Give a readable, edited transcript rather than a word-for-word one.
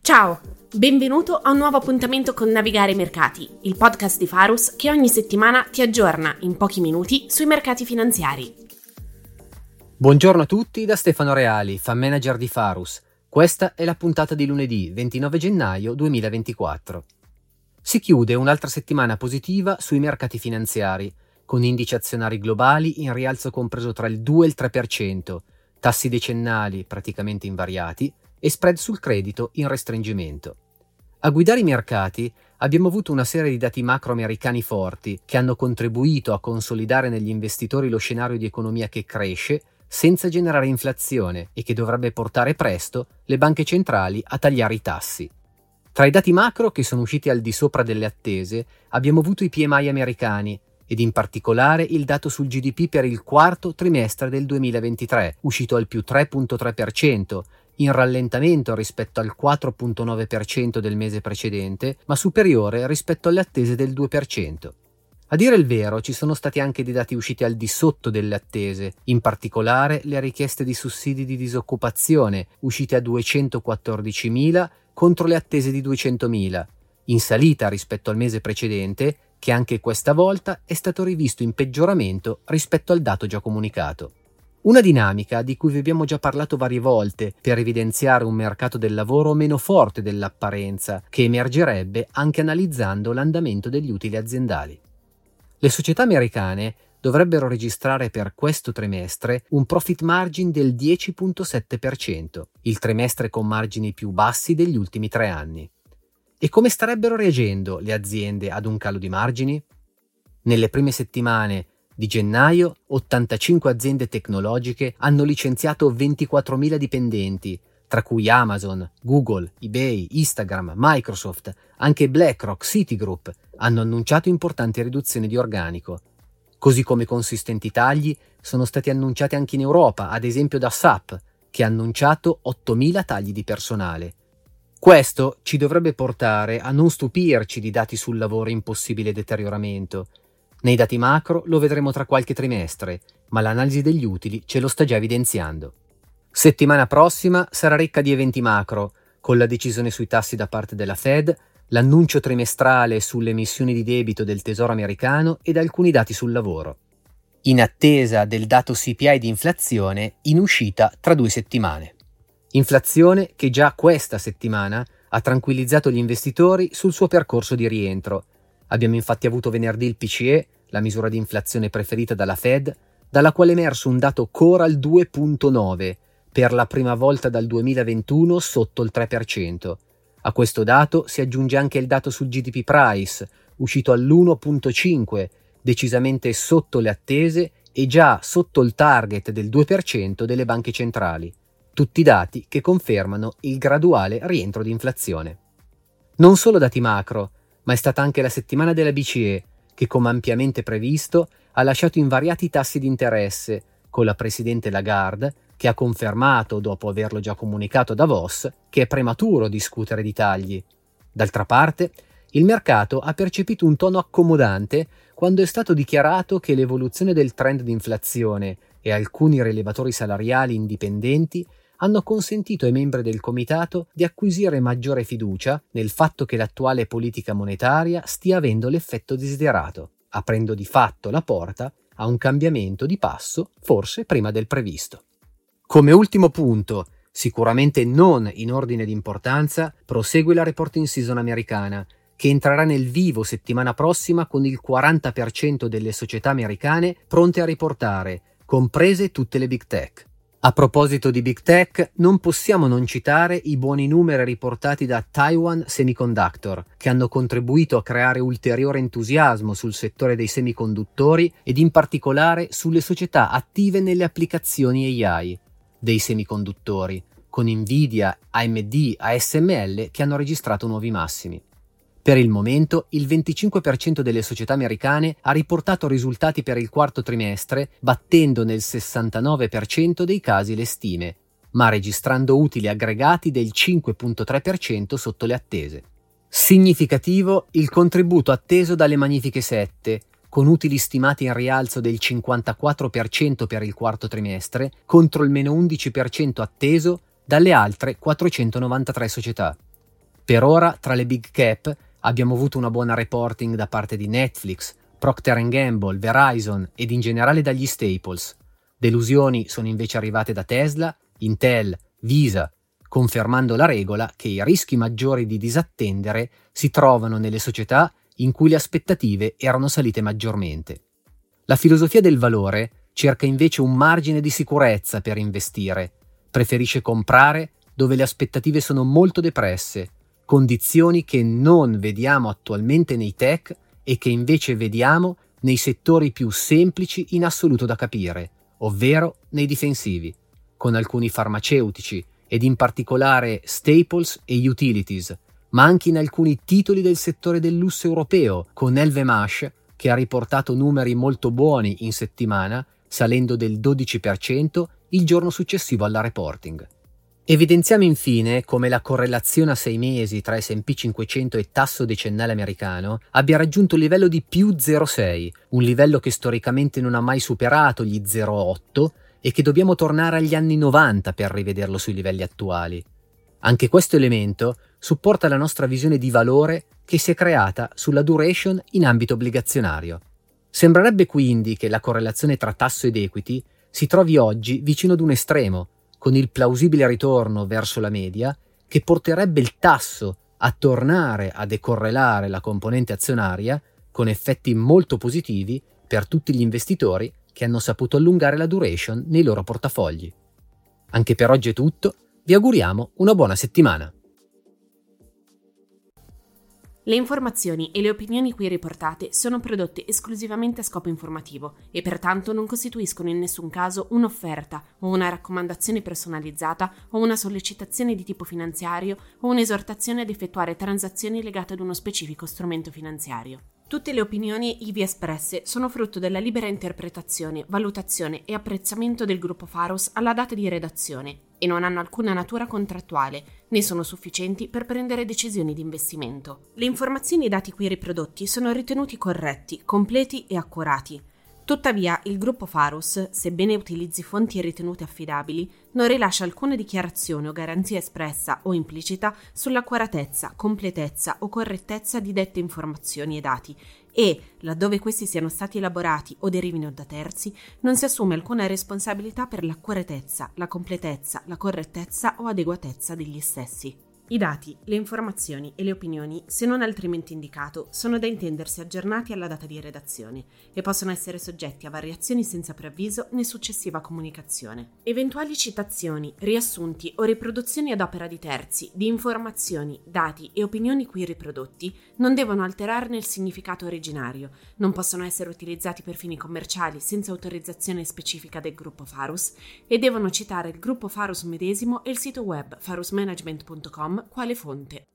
Ciao, benvenuto a un nuovo appuntamento con Navigare i Mercati, il podcast di Farus che ogni settimana ti aggiorna in pochi minuti sui mercati finanziari. Buongiorno a tutti da Stefano Reali, fan manager di Farus. Questa è la puntata di lunedì 29 gennaio 2024. Si chiude un'altra settimana positiva sui mercati finanziari, con indici azionari globali in rialzo compreso tra il 2 e il 3%, tassi decennali praticamente invariati e spread sul credito in restringimento. A guidare i mercati abbiamo avuto una serie di dati macro americani forti che hanno contribuito a consolidare negli investitori lo scenario di economia che cresce senza generare inflazione e che dovrebbe portare presto le banche centrali a tagliare i tassi. Tra i dati macro che sono usciti al di sopra delle attese abbiamo avuto i PMI americani ed in particolare il dato sul GDP per il quarto trimestre del 2023, uscito al più 3,3%, in rallentamento rispetto al 4,9% del mese precedente, ma superiore rispetto alle attese del 2%. A dire il vero, ci sono stati anche dei dati usciti al di sotto delle attese, in particolare le richieste di sussidi di disoccupazione, uscite a 214.000 contro le attese di 200.000, in salita rispetto al mese precedente, che anche questa volta è stato rivisto in peggioramento rispetto al dato già comunicato. Una dinamica di cui vi abbiamo già parlato varie volte per evidenziare un mercato del lavoro meno forte dell'apparenza, che emergerebbe anche analizzando l'andamento degli utili aziendali. Le società americane dovrebbero registrare per questo trimestre un profit margin del 10,7%, il trimestre con margini più bassi degli ultimi 3 anni. E come starebbero reagendo le aziende ad un calo di margini? Nelle prime settimane di gennaio, 85 aziende tecnologiche hanno licenziato 24.000 dipendenti, tra cui Amazon, Google, eBay, Instagram, Microsoft, anche BlackRock, Citigroup hanno annunciato importanti riduzioni di organico. Così come consistenti tagli sono stati annunciati anche in Europa, ad esempio da SAP, che ha annunciato 8.000 tagli di personale. Questo ci dovrebbe portare a non stupirci di dati sul lavoro in possibile deterioramento. Nei dati macro lo vedremo tra qualche trimestre, ma l'analisi degli utili ce lo sta già evidenziando. Settimana prossima sarà ricca di eventi macro, con la decisione sui tassi da parte della Fed, l'annuncio trimestrale sulle emissioni di debito del Tesoro americano ed alcuni dati sul lavoro. In attesa del dato CPI di inflazione in uscita tra 2 settimane. Inflazione che già questa settimana ha tranquillizzato gli investitori sul suo percorso di rientro. Abbiamo infatti avuto venerdì il PCE, la misura di inflazione preferita dalla Fed, dalla quale è emerso un dato core al 2,9, per la prima volta dal 2021 sotto il 3%. A questo dato si aggiunge anche il dato sul GDP Price, uscito all'1,5, decisamente sotto le attese e già sotto il target del 2% delle banche centrali. Tutti dati che confermano il graduale rientro di inflazione. Non solo dati macro, ma è stata anche la settimana della BCE, che come ampiamente previsto ha lasciato invariati i tassi di interesse, con la presidente Lagarde che ha confermato, dopo averlo già comunicato a Davos, che è prematuro discutere di tagli. D'altra parte, il mercato ha percepito un tono accomodante quando è stato dichiarato che l'evoluzione del trend di inflazione e alcuni rilevatori salariali indipendenti hanno consentito ai membri del comitato di acquisire maggiore fiducia nel fatto che l'attuale politica monetaria stia avendo l'effetto desiderato, aprendo di fatto la porta a un cambiamento di passo, forse prima del previsto. Come ultimo punto, sicuramente non in ordine di importanza, prosegue la reporting season americana, che entrerà nel vivo settimana prossima con il 40% delle società americane pronte a riportare, comprese tutte le big tech. A proposito di big tech, non possiamo non citare i buoni numeri riportati da Taiwan Semiconductor, che hanno contribuito a creare ulteriore entusiasmo sul settore dei semiconduttori ed in particolare sulle società attive nelle applicazioni AI dei semiconduttori, con Nvidia, AMD, ASML che hanno registrato nuovi massimi. Per il momento, il 25% delle società americane ha riportato risultati per il quarto trimestre, battendo nel 69% dei casi le stime, ma registrando utili aggregati del 5,3% sotto le attese. Significativo il contributo atteso dalle Magnifiche 7, con utili stimati in rialzo del 54% per il quarto trimestre, contro il meno 11% atteso dalle altre 493 società. Per ora, tra le big cap, abbiamo avuto una buona reporting da parte di Netflix, Procter & Gamble, Verizon ed in generale dagli staples. Delusioni sono invece arrivate da Tesla, Intel, Visa, confermando la regola che i rischi maggiori di disattendere si trovano nelle società in cui le aspettative erano salite maggiormente. La filosofia del valore cerca invece un margine di sicurezza per investire, preferisce comprare dove le aspettative sono molto depresse, condizioni che non vediamo attualmente nei tech e che invece vediamo nei settori più semplici in assoluto da capire, ovvero nei difensivi, con alcuni farmaceutici ed in particolare staples e utilities, ma anche in alcuni titoli del settore del lusso europeo, con LVMH che ha riportato numeri molto buoni in settimana, salendo del 12% il giorno successivo alla reporting. Evidenziamo infine come la correlazione a 6 mesi tra S&P 500 e tasso decennale americano abbia raggiunto il livello di più 0,6, un livello che storicamente non ha mai superato gli 0,8 e che dobbiamo tornare agli anni 90 per rivederlo sui livelli attuali. Anche questo elemento supporta la nostra visione di valore che si è creata sulla duration in ambito obbligazionario. Sembrerebbe quindi che la correlazione tra tasso ed equity si trovi oggi vicino ad un estremo, con il plausibile ritorno verso la media che porterebbe il tasso a tornare a decorrelare la componente azionaria con effetti molto positivi per tutti gli investitori che hanno saputo allungare la duration nei loro portafogli. Anche per oggi è tutto, vi auguriamo una buona settimana. Le informazioni e le opinioni qui riportate sono prodotte esclusivamente a scopo informativo e pertanto non costituiscono in nessun caso un'offerta o una raccomandazione personalizzata o una sollecitazione di tipo finanziario o un'esortazione ad effettuare transazioni legate ad uno specifico strumento finanziario. Tutte le opinioni ivi espresse sono frutto della libera interpretazione, valutazione e apprezzamento del gruppo Pharos alla data di redazione e non hanno alcuna natura contrattuale, né sono sufficienti per prendere decisioni di investimento. Le informazioni e i dati qui riprodotti sono ritenuti corretti, completi e accurati. Tuttavia, il gruppo Pharos, sebbene utilizzi fonti ritenute affidabili, non rilascia alcuna dichiarazione o garanzia espressa o implicita sull'accuratezza, completezza o correttezza di dette informazioni e dati e, laddove questi siano stati elaborati o derivino da terzi, non si assume alcuna responsabilità per l'accuratezza, la completezza, la correttezza o adeguatezza degli stessi. I dati, le informazioni e le opinioni, se non altrimenti indicato, sono da intendersi aggiornati alla data di redazione e possono essere soggetti a variazioni senza preavviso né successiva comunicazione. Eventuali citazioni, riassunti o riproduzioni ad opera di terzi di informazioni, dati e opinioni qui riprodotti non devono alterarne il significato originario, non possono essere utilizzati per fini commerciali senza autorizzazione specifica del gruppo Pharos e devono citare il gruppo Pharos medesimo e il sito web pharosmanagement.com quale fonte.